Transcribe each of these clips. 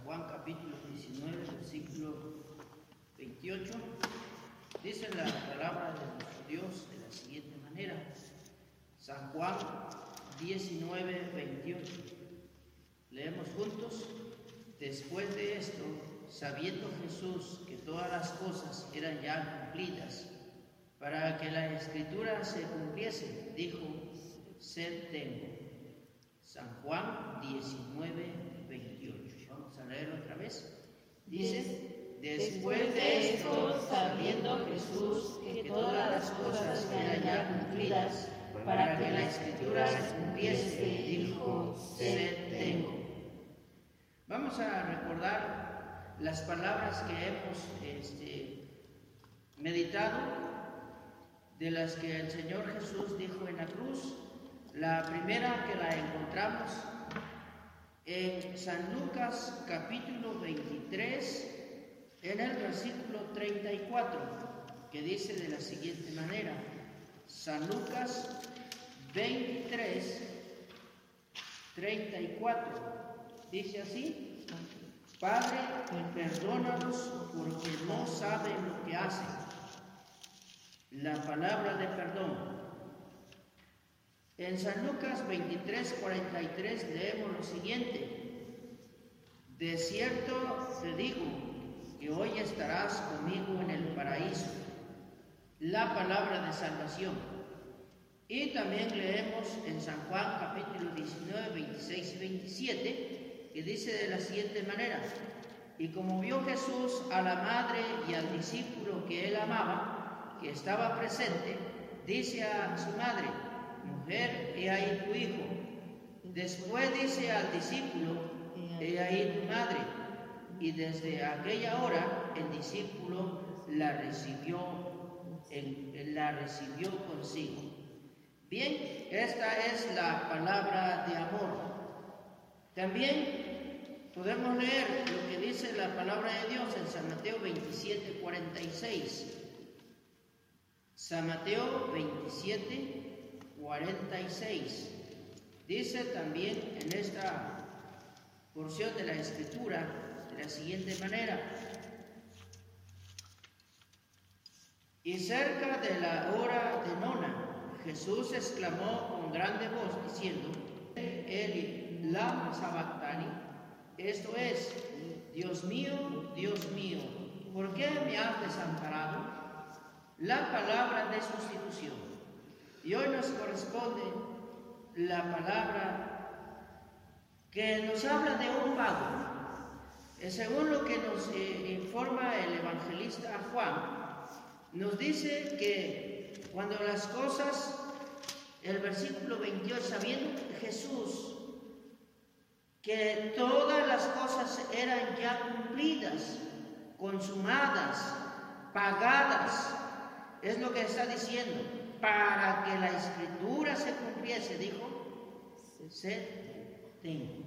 Juan capítulo 19, versículo 28. Dice la palabra de nuestro Dios de la siguiente manera. San Juan 19, 28. Leemos juntos. Después de esto, sabiendo Jesús que todas las cosas eran ya cumplidas, para que la Escritura se cumpliese, dijo: sed tengo. San Juan 19, 28. Vamos a leerlo otra vez. Dice: después de esto, sabiendo Jesús que todas las cosas eran ya cumplidas, para que la Escritura se cumpliese, dijo: sed tengo. Vamos a recordar las palabras que hemos meditado, de las que el Señor Jesús dijo en la cruz. La primera que la encontramos en San Lucas capítulo 23, en el versículo 34, que dice de la siguiente manera. San Lucas 23, 34. Dice así: Padre, perdónalos porque no saben lo que hacen. La palabra de perdón. En San Lucas 23, 43 leemos lo siguiente: de cierto te digo que hoy estarás conmigo en el paraíso. La palabra de salvación. Y también leemos en San Juan capítulo 19, 26 y 27, que dice de la siguiente manera: y como vio Jesús a la madre y al discípulo que él amaba, que estaba presente, dice a su madre: mujer, he ahí tu hijo. Después dice al discípulo: he ahí tu madre. Y desde aquella hora el discípulo la recibió consigo. Bien, esta es la palabra de amor. También podemos leer lo que dice la palabra de Dios en San Mateo 27, 46. San Mateo 27, 46. Dice también en esta porción de la Escritura de la siguiente manera: y cerca de la hora de nona, Jesús exclamó con grande voz diciendo: Eli lama sabactani, esto es: Dios mío, ¿por qué me has desamparado? La palabra de sustitución. Y hoy nos corresponde la palabra que nos habla de un vago. Según lo que nos informa el evangelista Juan, nos dice que cuando las cosas, el versículo 28, sabiendo Jesús que todas las cosas eran ya cumplidas, consumadas, pagadas, es lo que está diciendo, para que la Escritura se cumpliese, dijo: sed tengo.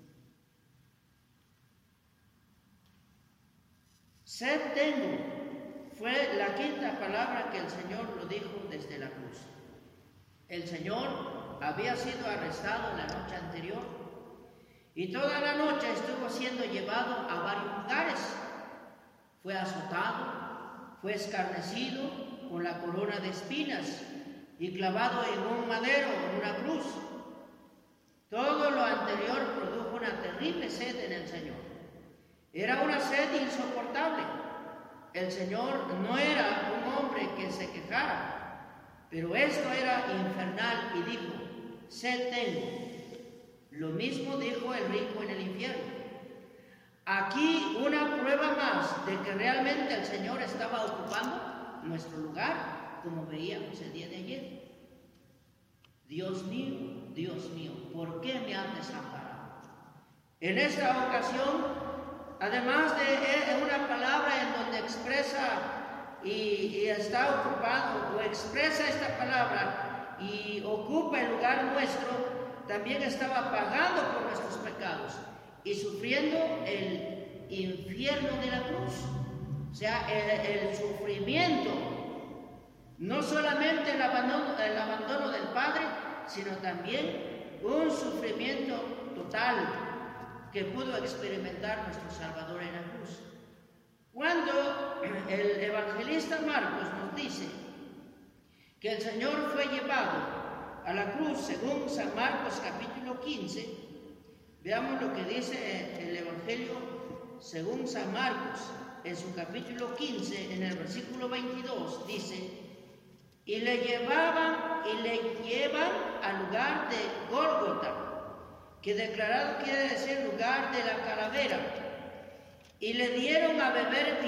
Sed tengo fue la quinta palabra que el Señor lo dijo desde la cruz. El Señor había sido arrestado la noche anterior y toda la noche estuvo siendo llevado a varios lugares. Fue azotado, fue escarnecido con la corona de espinas y clavado en un madero, en una cruz. Todo lo anterior produjo una terrible sed en el Señor. Era una sed insoportable. El Señor no era un hombre que se quejara, pero esto era infernal y dijo: sed tengo. Lo mismo dijo el rico en el infierno. Aquí una prueba más de que realmente el Señor estaba ocupando nuestro lugar, como veíamos el día de ayer. Dios mío, ¿por qué me has desamparado? En esta ocasión, además de una palabra en donde expresa y está ocupado o expresa esta palabra y ocupa el lugar nuestro, también estaba pagando por nuestros pecados y sufriendo el infierno de la cruz. O sea, el sufrimiento, no solamente el abandono del Padre, sino también un sufrimiento total que pudo experimentar nuestro Salvador en la cruz. Cuando el evangelista Marcos nos dice que el Señor fue llevado a la cruz según San Marcos capítulo 15, veamos lo que dice el Evangelio según San Marcos en su capítulo 15, en el versículo 22, dice: y le llevan al lugar de Gólgota, que declarado quiere decir lugar de la calavera, y le dieron a beber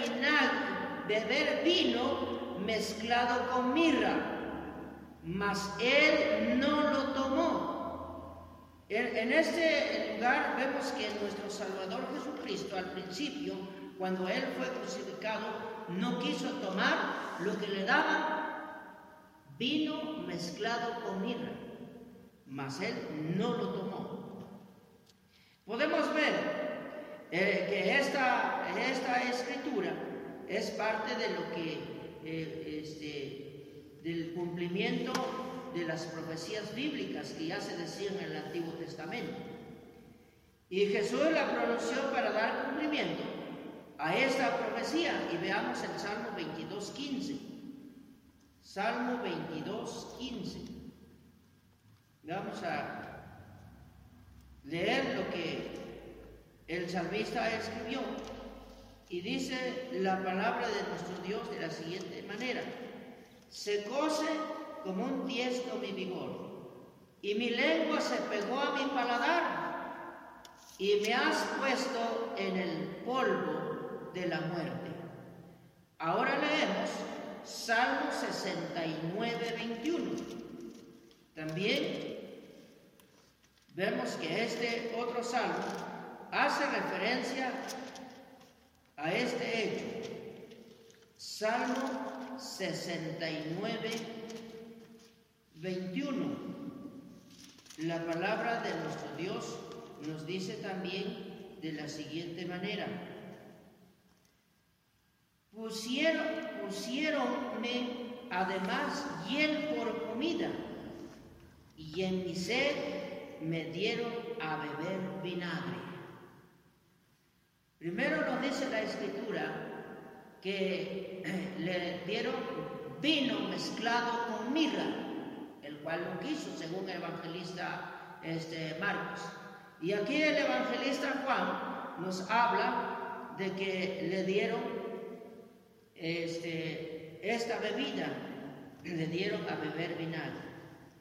vino mezclado con mirra, mas él no lo tomó. En este lugar vemos que nuestro Salvador Jesucristo al principio, cuando él fue crucificado, no quiso tomar lo que le daban, vino mezclado con mirra, mas él no lo tomó. Podemos ver que esta escritura es parte de lo que del cumplimiento de las profecías bíblicas que ya se decían en el Antiguo Testamento. Y Jesús la pronunció para dar cumplimiento a esta profecía. Y veamos el Salmo 22:15. Salmo 22:15. Vamos a leer lo que el salmista escribió, y dice la palabra de nuestro Dios de la siguiente manera: secóse como un tiesto mi vigor, y mi lengua se pegó a mi paladar, y me has puesto en el polvo de la muerte. Ahora leemos Salmo 69:21. También vemos que este otro salmo hace referencia a este hecho. Salmo 69:21. La palabra de nuestro Dios nos dice también de la siguiente manera: pusiéronme además hiel por comida, y en mi sed me dieron a beber vinagre. Primero nos dice la Escritura que le dieron vino mezclado con mirra, el cual no quiso, según el evangelista Marcos. Y aquí el evangelista Juan nos habla de que le dieron esta bebida, le dieron a beber vinagre.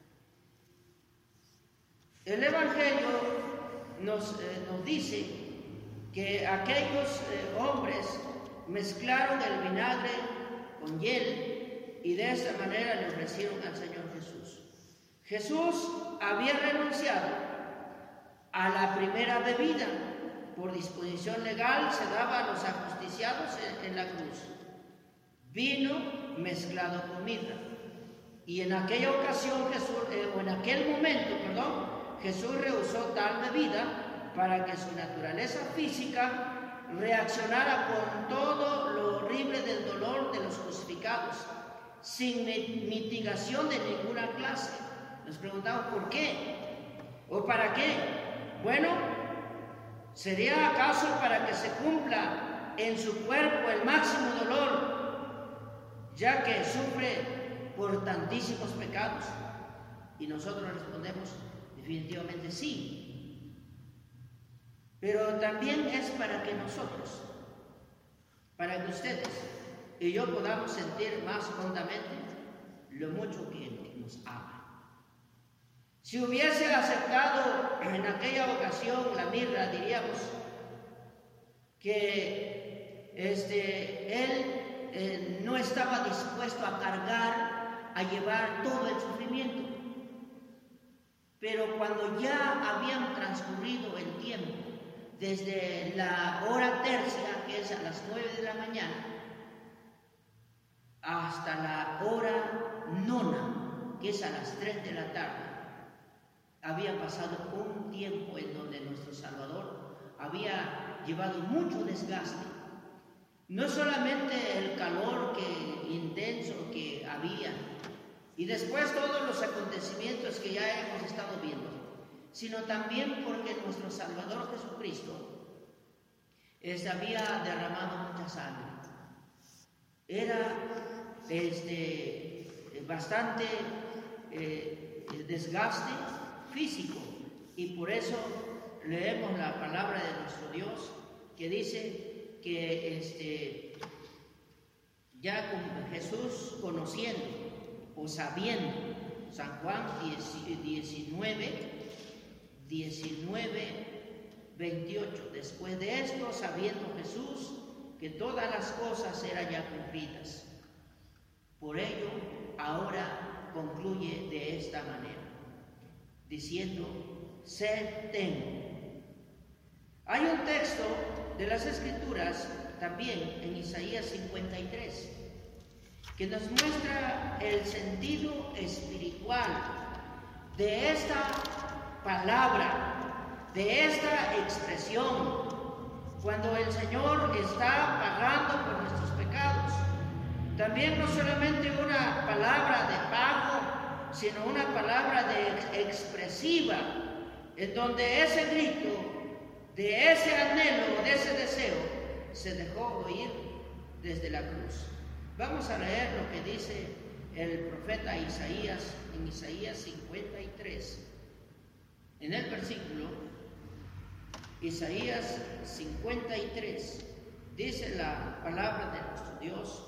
El Evangelio nos dice que aquellos hombres mezclaron el vinagre con hiel y de esta manera le ofrecieron al Señor Jesús. Jesús había renunciado a la primera bebida. Por disposición legal se daba a los ajusticiados en la cruz vino mezclado con mirra. Y en aquella ocasión Jesús rehusó tal bebida para que su naturaleza física reaccionara con todo lo horrible del dolor de los crucificados, sin mitigación de ninguna clase. Nos preguntamos ¿por qué? ¿O para qué? Bueno, ¿sería acaso para que se cumpla en su cuerpo el máximo dolor, ya que sufre por tantísimos pecados? Y nosotros respondemos definitivamente sí. Pero también es para que nosotros, para que ustedes y yo podamos sentir más hondamente lo mucho que Él nos ama. Si hubiese aceptado en aquella ocasión la mirra, diríamos que Él no estaba dispuesto a cargar, a llevar todo el sufrimiento. Pero cuando ya habían transcurrido el tiempo, desde la hora tercia, que es a las 9 de la mañana, hasta la hora nona, que es a las 3 de la tarde, había pasado un tiempo en donde nuestro Salvador había llevado mucho desgaste. No solamente el calor intenso que había, y después todos los acontecimientos que ya hemos estado viendo, sino también porque nuestro Salvador Jesucristo había derramado mucha sangre. Era bastante desgaste físico, y por eso leemos la palabra de nuestro Dios que dice que ya con Jesús conociendo o sabiendo, San Juan 19:28, después de esto, sabiendo Jesús que todas las cosas eran ya cumplidas. Por ello, ahora concluye de esta manera, diciendo: sed tengo. Hay un texto de las Escrituras también en Isaías 53 que nos muestra el sentido espiritual de esta palabra, de esta expresión, cuando el Señor está pagando por nuestros pecados. También no solamente una palabra de pago, sino una palabra expresiva, en donde ese grito, de ese anhelo, de ese deseo, se dejó oír desde la cruz. Vamos a leer lo que dice el profeta Isaías en Isaías 53. En el versículo Isaías 53 dice la palabra de nuestro Dios,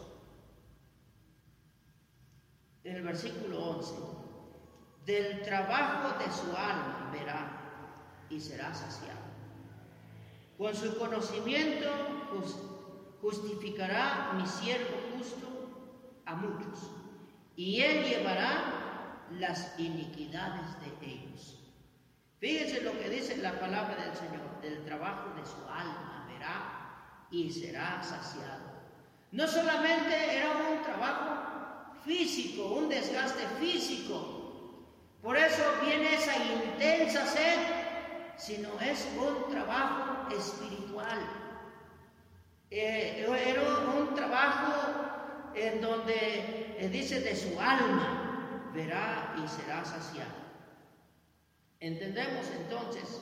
en el versículo 11: del trabajo de su alma verá y será saciado. Con su conocimiento justificará mi siervo justo a muchos, y él llevará las iniquidades de ellos. Fíjense lo que dice la palabra del Señor: del trabajo de su alma verá y será saciado. No solamente era un trabajo físico, un desgaste físico, por eso viene esa intensa sed, sino es un trabajo espiritual. Era un trabajo en donde dice: de su alma verá y será saciado. Entendemos entonces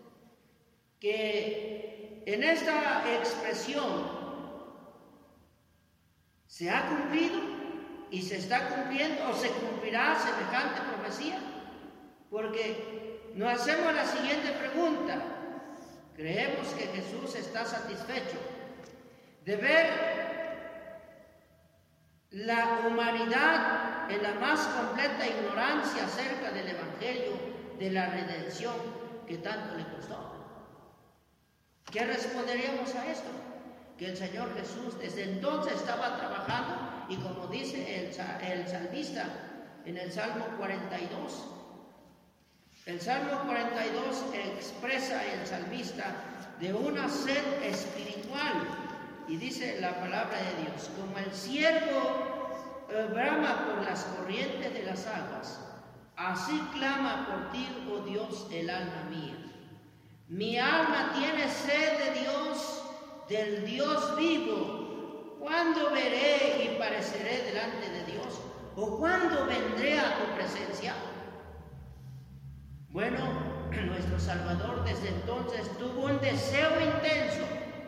que en esta expresión se ha cumplido y se está cumpliendo, o se cumplirá semejante profecía, porque nos hacemos la siguiente pregunta: ¿creemos que Jesús está satisfecho de ver la humanidad en la más completa ignorancia acerca del Evangelio de la redención que tanto le costó? ¿Qué responderíamos a esto? Que el Señor Jesús desde entonces estaba trabajando, y como dice el salmista en el Salmo 42, el Salmo 42 expresa el salmista de una sed espiritual, y dice la palabra de Dios: como el ciervo brama por las corrientes de las aguas, así clama por ti, oh Dios, el alma mía. Mi alma tiene sed de Dios, del Dios vivo. ¿Cuándo veré y pareceré delante de Dios? ¿O cuándo vendré a tu presencia? Bueno, nuestro Salvador desde entonces tuvo un deseo intenso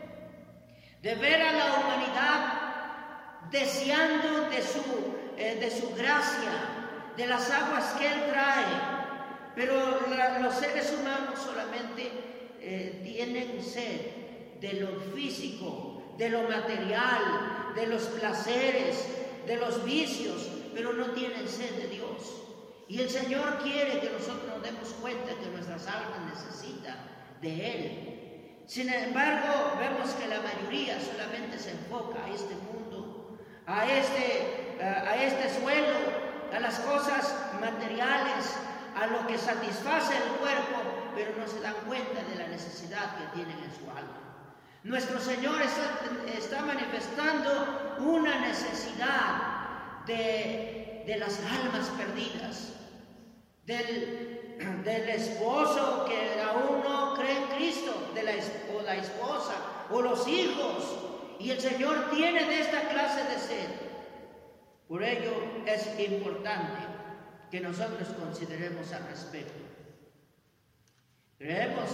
de ver a la humanidad deseando de su gracia, de las aguas que Él trae. Pero los seres humanos solamente tienen sed de lo físico, de lo material, de los placeres, de los vicios, pero no tienen sed de Dios. Y el Señor quiere que nosotros nos demos cuenta que nuestras almas necesitan de Él. Sin embargo, vemos que la mayoría solamente se enfoca a este mundo, a este suelo, a las cosas materiales, a lo que satisface el cuerpo, pero no se dan cuenta de la necesidad que tienen en su alma. Nuestro Señor está manifestando una necesidad de las almas perdidas, del esposo que aún no cree en Cristo, o la esposa, o los hijos, y el Señor tiene de esta clase de sed. Por ello es importante que nosotros consideremos al respecto. Creemos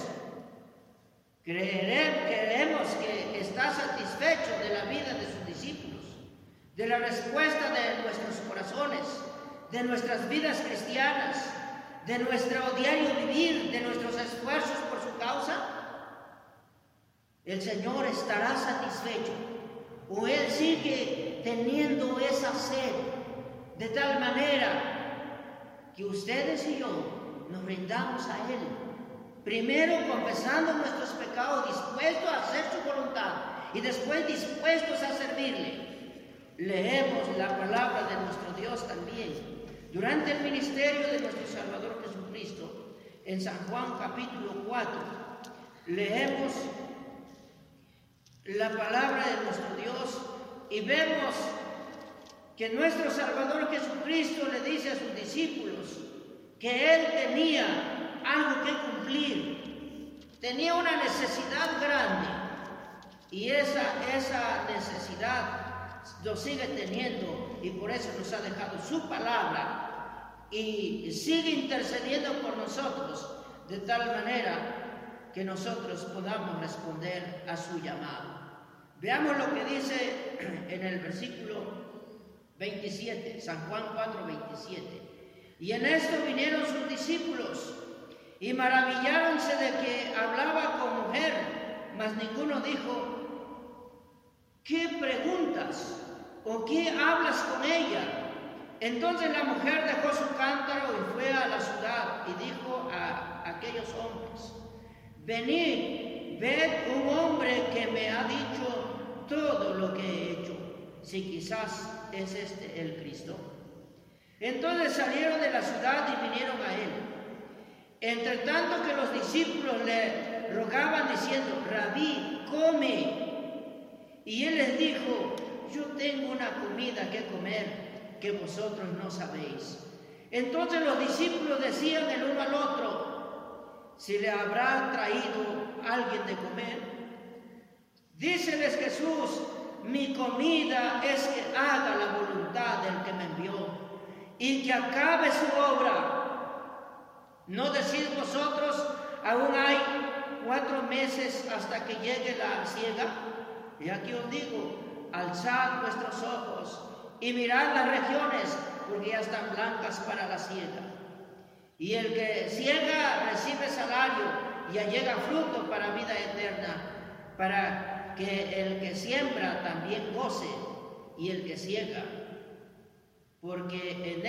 que está satisfecho de la vida de sus discípulos, de la respuesta de nuestros corazones, de nuestras vidas cristianas, de nuestro diario vivir, de nuestros esfuerzos por su causa. El Señor estará satisfecho, o Él sigue teniendo esa sed, de tal manera que ustedes y yo nos rindamos a Él. Primero confesando nuestros pecados, dispuestos a hacer su voluntad, y después dispuestos a servirle. Leemos la palabra de nuestro Dios también durante el ministerio de nuestro Salvador Jesucristo. En San Juan capítulo 4 leemos la palabra de nuestro Dios y vemos que nuestro Salvador Jesucristo le dice a sus discípulos que Él tenía algo que cumplir, tenía una necesidad grande, y esa necesidad lo sigue teniendo, y por eso nos ha dejado su palabra y sigue intercediendo por nosotros, de tal manera que nosotros podamos responder a su llamado. Veamos lo que dice en el versículo 27, San Juan 4, 27. Y en esto vinieron sus discípulos y maravilláronse de que hablaba con mujer, mas ninguno dijo: ¿qué preguntas o qué hablas con ella? Entonces la mujer dejó su cántaro y fue a la ciudad y dijo a aquellos hombres: venid, ved un hombre que me ha dicho todo lo que he hecho, si quizás es este el Cristo. Entonces salieron de la ciudad y vinieron a él. Entre tanto que los discípulos le rogaban diciendo: Rabí, come. Y él les dijo: yo tengo una comida que comer que vosotros no sabéis. Entonces los discípulos decían el uno al otro: si le habrá traído alguien de comer. Díceles Jesús: mi comida es que haga la voluntad del que me envió y que acabe su obra. ¿No decís vosotros: aún hay 4 meses hasta que llegue la siega? Y aquí os digo: alzad vuestros ojos y mirad las regiones, porque ya están blancas para la siega. Y el que siega recibe salario y allega fruto para vida eterna, para que el que siembra también goce y el que siega. Porque en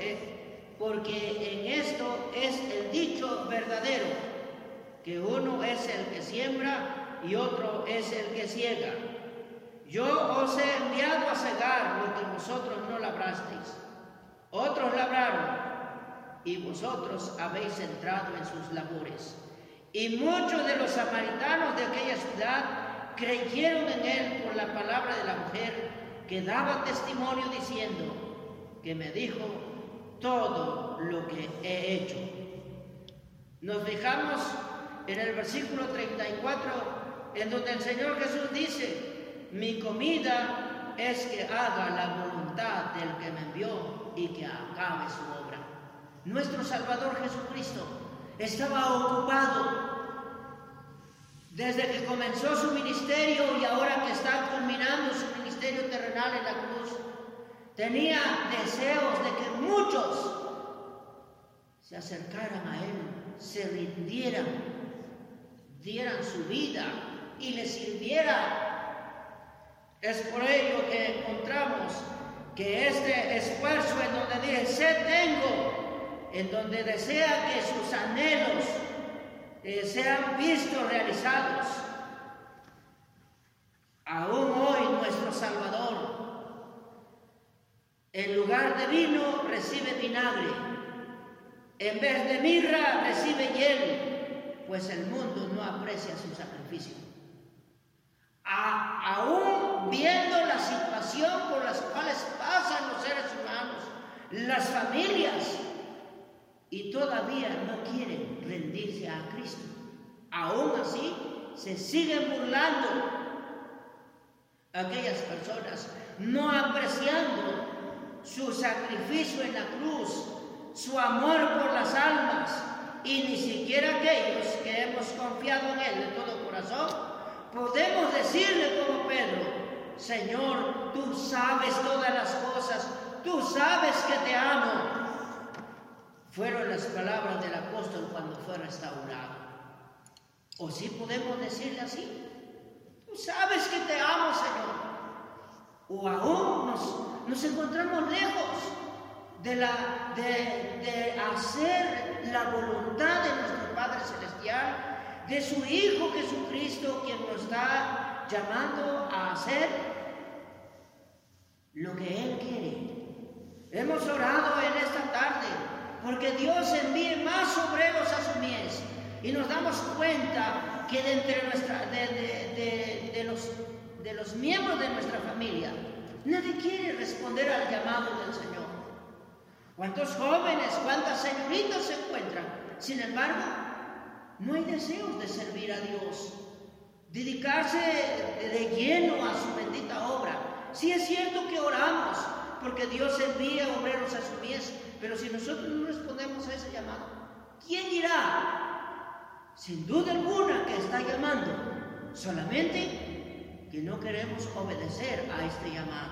esto es el dicho verdadero, que uno es el que siembra y otro es el que siega. Yo os he enviado a segar lo que vosotros no labrasteis. Otros labraron y vosotros habéis entrado en sus labores. Y muchos de los samaritanos de aquella ciudad creyeron en él por la palabra de la mujer, que daba testimonio diciendo: que me dijo todo lo que he hecho. Nos fijamos en el versículo 34, en donde el Señor Jesús dice: mi comida es que haga la voluntad del que me envió y que acabe su obra. Nuestro Salvador Jesucristo estaba ocupado desde que comenzó su ministerio y ahora que está culminando su ministerio terrenal en la cruz. Tenía deseos de que muchos se acercaran a Él, se rindieran, dieran su vida y le sirvieran. Es por ello que encontramos que este esfuerzo en donde dice: sed tengo, en donde desea que sus anhelos sean vistos realizados. Aún hoy nuestro Salvador, en lugar de vino, recibe vinagre. En vez de mirra, recibe hiel, pues el mundo no aprecia su sacrificio. Aún viendo la situación por las cuales pasan los seres humanos, las familias, y todavía no quieren rendirse a Cristo. Aún así, se siguen burlando aquellas personas, no apreciando su sacrificio en la cruz, su amor por las almas, y ni siquiera aquellos que hemos confiado en Él de todo corazón, podemos decirle como Pedro: Señor, tú sabes todas las cosas, tú sabes que te amo. Fueron las palabras del apóstol cuando fue restaurado. ¿O sí podemos decirle así? Tú sabes que te amo, Señor. O aún nos encontramos lejos de hacer la voluntad de nuestro Padre Celestial, de su Hijo Jesucristo, quien nos está llamando a hacer lo que Él quiere. Hemos orado en esta tarde porque Dios envíe más obreros a su mies, y nos damos cuenta que de entre los miembros de nuestra familia nadie quiere responder al llamado del Señor. ¿Cuántos jóvenes, cuántas señoritas se encuentran? Sin embargo, no hay deseos de servir a Dios, dedicarse de lleno a su bendita obra. Sí es cierto que oramos porque Dios envía obreros a su mies, pero si nosotros no respondemos a ese llamado, ¿quién dirá? Sin duda alguna que está llamando, solamente que no queremos obedecer a este llamado.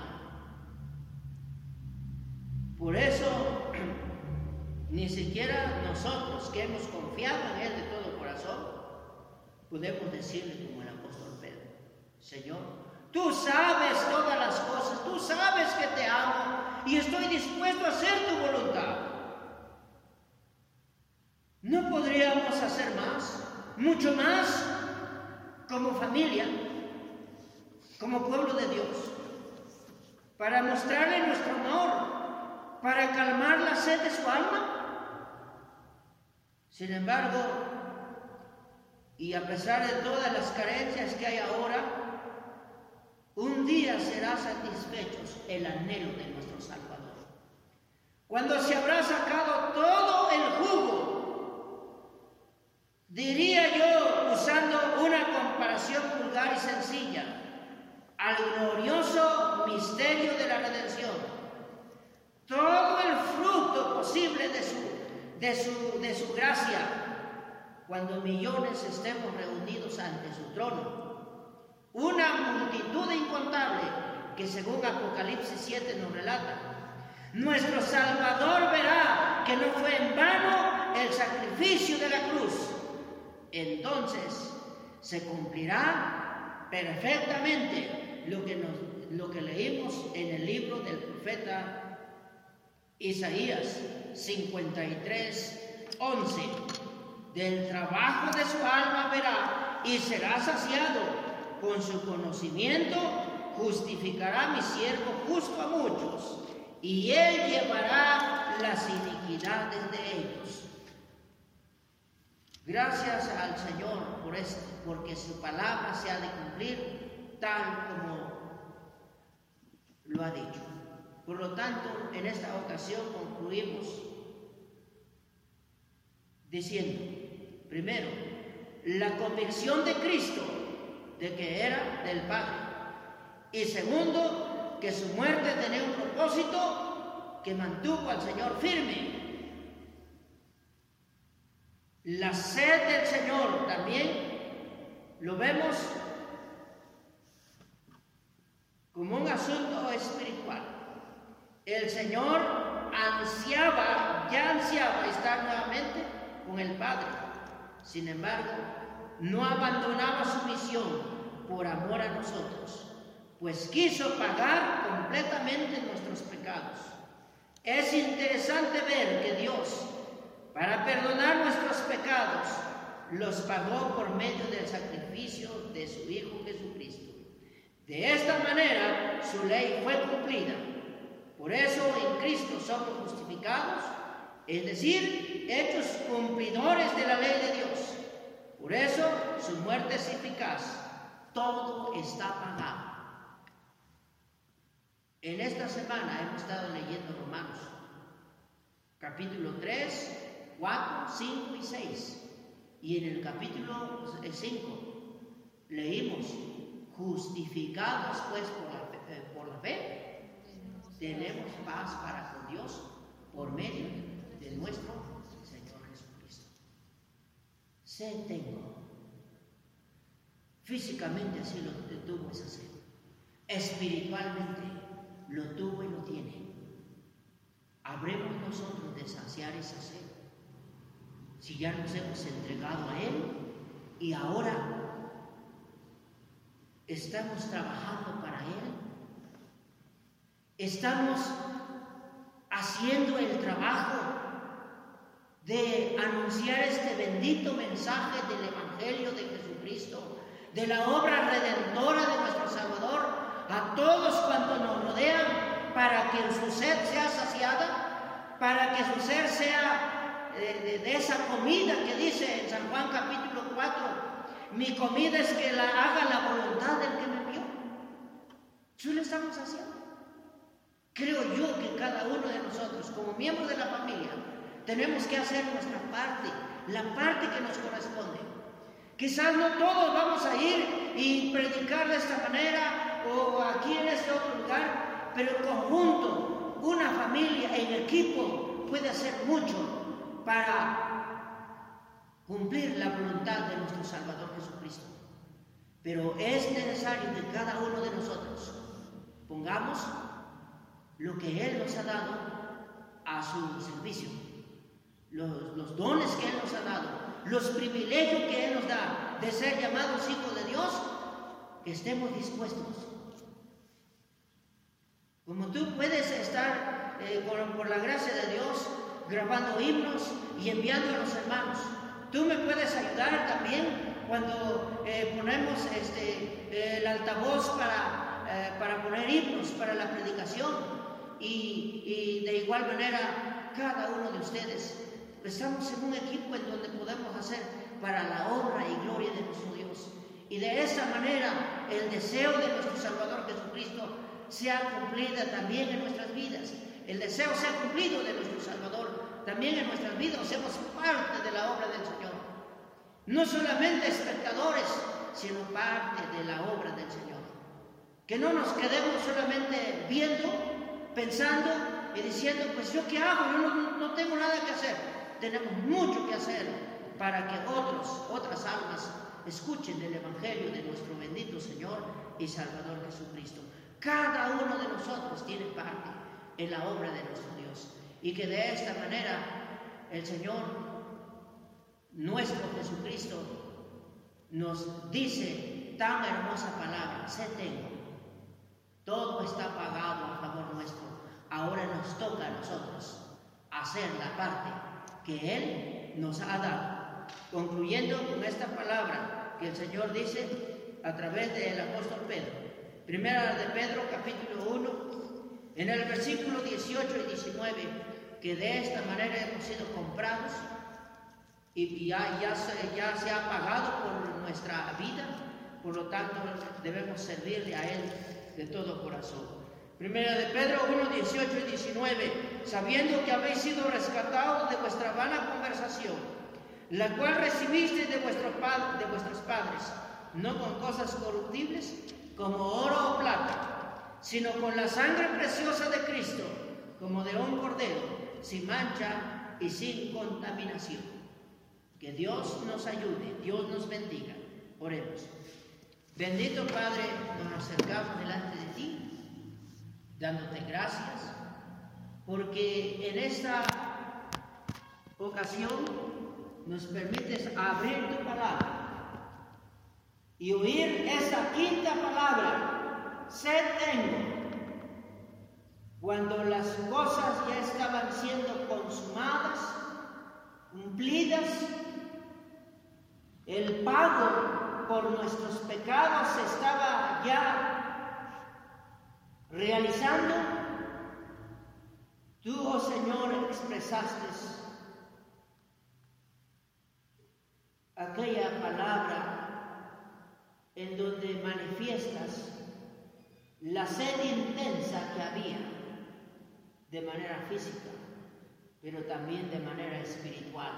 Por eso, ni siquiera nosotros que hemos confiado en Él de todo corazón, podemos decirle como el apóstol Pedro: Señor, tú sabes todas las cosas, tú sabes que te amo y estoy dispuesto a hacer tu voluntad. ¿No podríamos hacer más, mucho más, como familia, como pueblo de Dios, para mostrarle nuestro amor, para calmar la sed de su alma? Sin embargo, y a pesar de todas las carencias que hay ahora, un día será satisfecho el anhelo de nuestro Salvador, cuando se habrá sacado todo el jugo. Diría yo, usando una comparación vulgar y sencilla, al glorioso misterio de la redención, todo el fruto posible de su gracia, cuando millones estemos reunidos ante su trono, una multitud incontable que según Apocalipsis 7 nos relata, nuestro Salvador verá que no fue en vano el sacrificio de la cruz. Entonces se cumplirá perfectamente lo que leímos en el libro del profeta Isaías 53:11. Del trabajo de su alma verá y será saciado. Con su conocimiento justificará mi siervo justo a muchos, y él llevará las iniquidades de ellos. Gracias al Señor por esto, porque su palabra se ha de cumplir tal como lo ha dicho. Por lo tanto, en esta ocasión concluimos diciendo, primero, la convicción de Cristo de que era del Padre, y segundo, que su muerte tenía un propósito que mantuvo al Señor firme. La sed del Señor también lo vemos como un asunto espiritual. El Señor ya ansiaba estar nuevamente con el Padre. Sin embargo, no abandonaba su misión por amor a nosotros, pues quiso pagar completamente nuestros pecados. Es interesante ver que Dios, para perdonar nuestros pecados, los pagó por medio del sacrificio de su Hijo Jesucristo. De esta manera, su ley fue cumplida. Por eso en Cristo somos justificados, es decir, hechos cumplidores de la ley de Dios. Por eso su muerte es eficaz. Todo está pagado. En esta semana hemos estado leyendo Romanos, capítulo 3, 4, 5 y 6. Y en el capítulo 5 leímos, justificados pues por la fe, tenemos paz para con Dios por medio de nuestro Señor Jesucristo. sed tengo. Físicamente así lo tuvo esa sed. Espiritualmente lo tuvo y lo tiene. ¿Habremos nosotros de saciar esa sed? Si ya nos hemos entregado a Él y ahora estamos trabajando para Él. Estamos haciendo el trabajo de anunciar este bendito mensaje del Evangelio de Jesucristo, de la obra redentora de nuestro Salvador, a todos cuantos nos rodean, para que su sed sea saciada, para que su ser sea de esa comida que dice en San Juan capítulo 4, mi comida es que haga la voluntad del que me envió. ¿Sí lo estamos haciendo? Creo yo que cada uno de nosotros, como miembros de la familia, tenemos que hacer nuestra parte, la parte que nos corresponde. Quizás no todos vamos a ir y predicar de esta manera o aquí en este otro lugar, pero en conjunto, una familia en equipo puede hacer mucho para cumplir la voluntad de nuestro Salvador Jesucristo. Pero es necesario que cada uno de nosotros pongamos lo que Él nos ha dado a su servicio, los dones que Él nos ha dado, los privilegios que Él nos da de ser llamados hijos de Dios, que estemos dispuestos. Como tú puedes estar por la gracia de Dios grabando himnos y enviando a los hermanos, tú me puedes ayudar también cuando ponemos el altavoz para poner himnos para la predicación. Y de igual manera, cada uno de ustedes, estamos en un equipo en donde podemos hacer para la obra y gloria de nuestro Dios. Y de esa manera, el deseo de nuestro Salvador Jesucristo sea cumplida también en nuestras vidas. El deseo sea cumplido de nuestro Salvador también en nuestras vidas. Seamos parte de la obra del Señor. No solamente espectadores, sino parte de la obra del Señor. Que no nos quedemos solamente viendo, pensando y diciendo, pues yo qué hago, yo no tengo nada que hacer. Tenemos mucho que hacer para que otras almas escuchen del Evangelio de nuestro bendito Señor y Salvador Jesucristo. Cada uno de nosotros tiene parte en la obra de nuestro Dios, y que de esta manera el Señor, nuestro Jesucristo, nos dice tan hermosa palabra: sed tengo. Todo está pagado a favor nuestro. Ahora nos toca a nosotros hacer la parte que Él nos ha dado. Concluyendo con esta palabra que el Señor dice a través del apóstol Pedro. Primera de Pedro, capítulo 1, en el versículo 18 y 19, que de esta manera hemos sido comprados y ya se ha pagado por nuestra vida, por lo tanto debemos servirle a Él de todo corazón. Primera de Pedro 1, 18 y 19, sabiendo que habéis sido rescatados de vuestra vana conversación, la cual recibisteis de vuestros padres, no con cosas corruptibles, como oro o plata, sino con la sangre preciosa de Cristo, como de un cordero, sin mancha y sin contaminación. Que Dios nos ayude, Dios nos bendiga. Oremos. Bendito Padre, nos acercamos delante de ti, dándote gracias, porque en esta ocasión nos permites abrir tu palabra y oír esa quinta palabra: sed tengo. Cuando las cosas ya estaban siendo consumadas, cumplidas, el pago por nuestros pecados se estaba ya realizando, tú, oh Señor, expresaste aquella palabra en donde manifiestas la sed intensa que había de manera física, pero también de manera espiritual,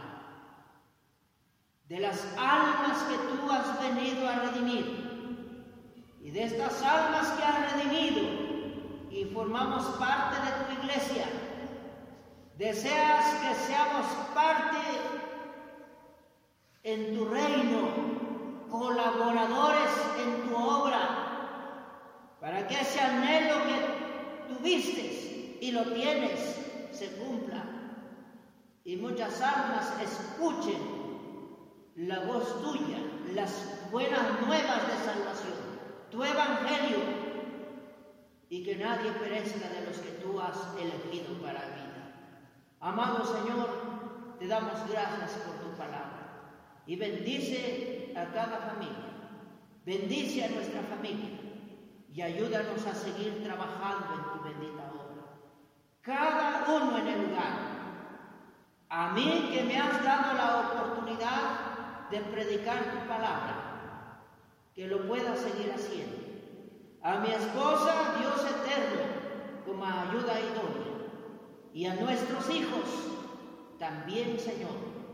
de las almas que tú has venido a redimir, y de estas almas que has redimido y formamos parte de tu iglesia. Deseas que seamos parte en tu reino, colaboradores en tu obra, para que ese anhelo que tuviste y lo tienes se cumpla y muchas almas escuchen la voz tuya, las buenas nuevas de salvación, tu evangelio, y que nadie perezca de los que tú has elegido para vida. Amado Señor, te damos gracias por tu palabra y bendice a cada familia, bendice a nuestra familia y ayúdanos a seguir trabajando en tu bendita obra. Cada uno en el lugar. A mí que me has dado la oportunidad de predicar tu palabra, que lo pueda seguir haciendo. A mi esposa, Dios eterno, como ayuda idónea. Y a nuestros hijos también, Señor.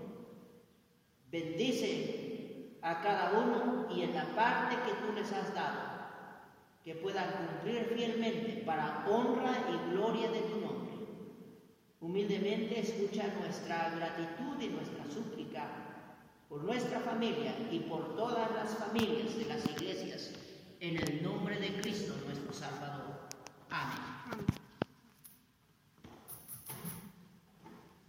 Bendice a cada uno y en la parte que tú les has dado, que puedan cumplir fielmente para honra y gloria de tu nombre. Humildemente escucha nuestra gratitud y nuestra súplica por nuestra familia y por todas las familias de las iglesias, en el nombre de Cristo nuestro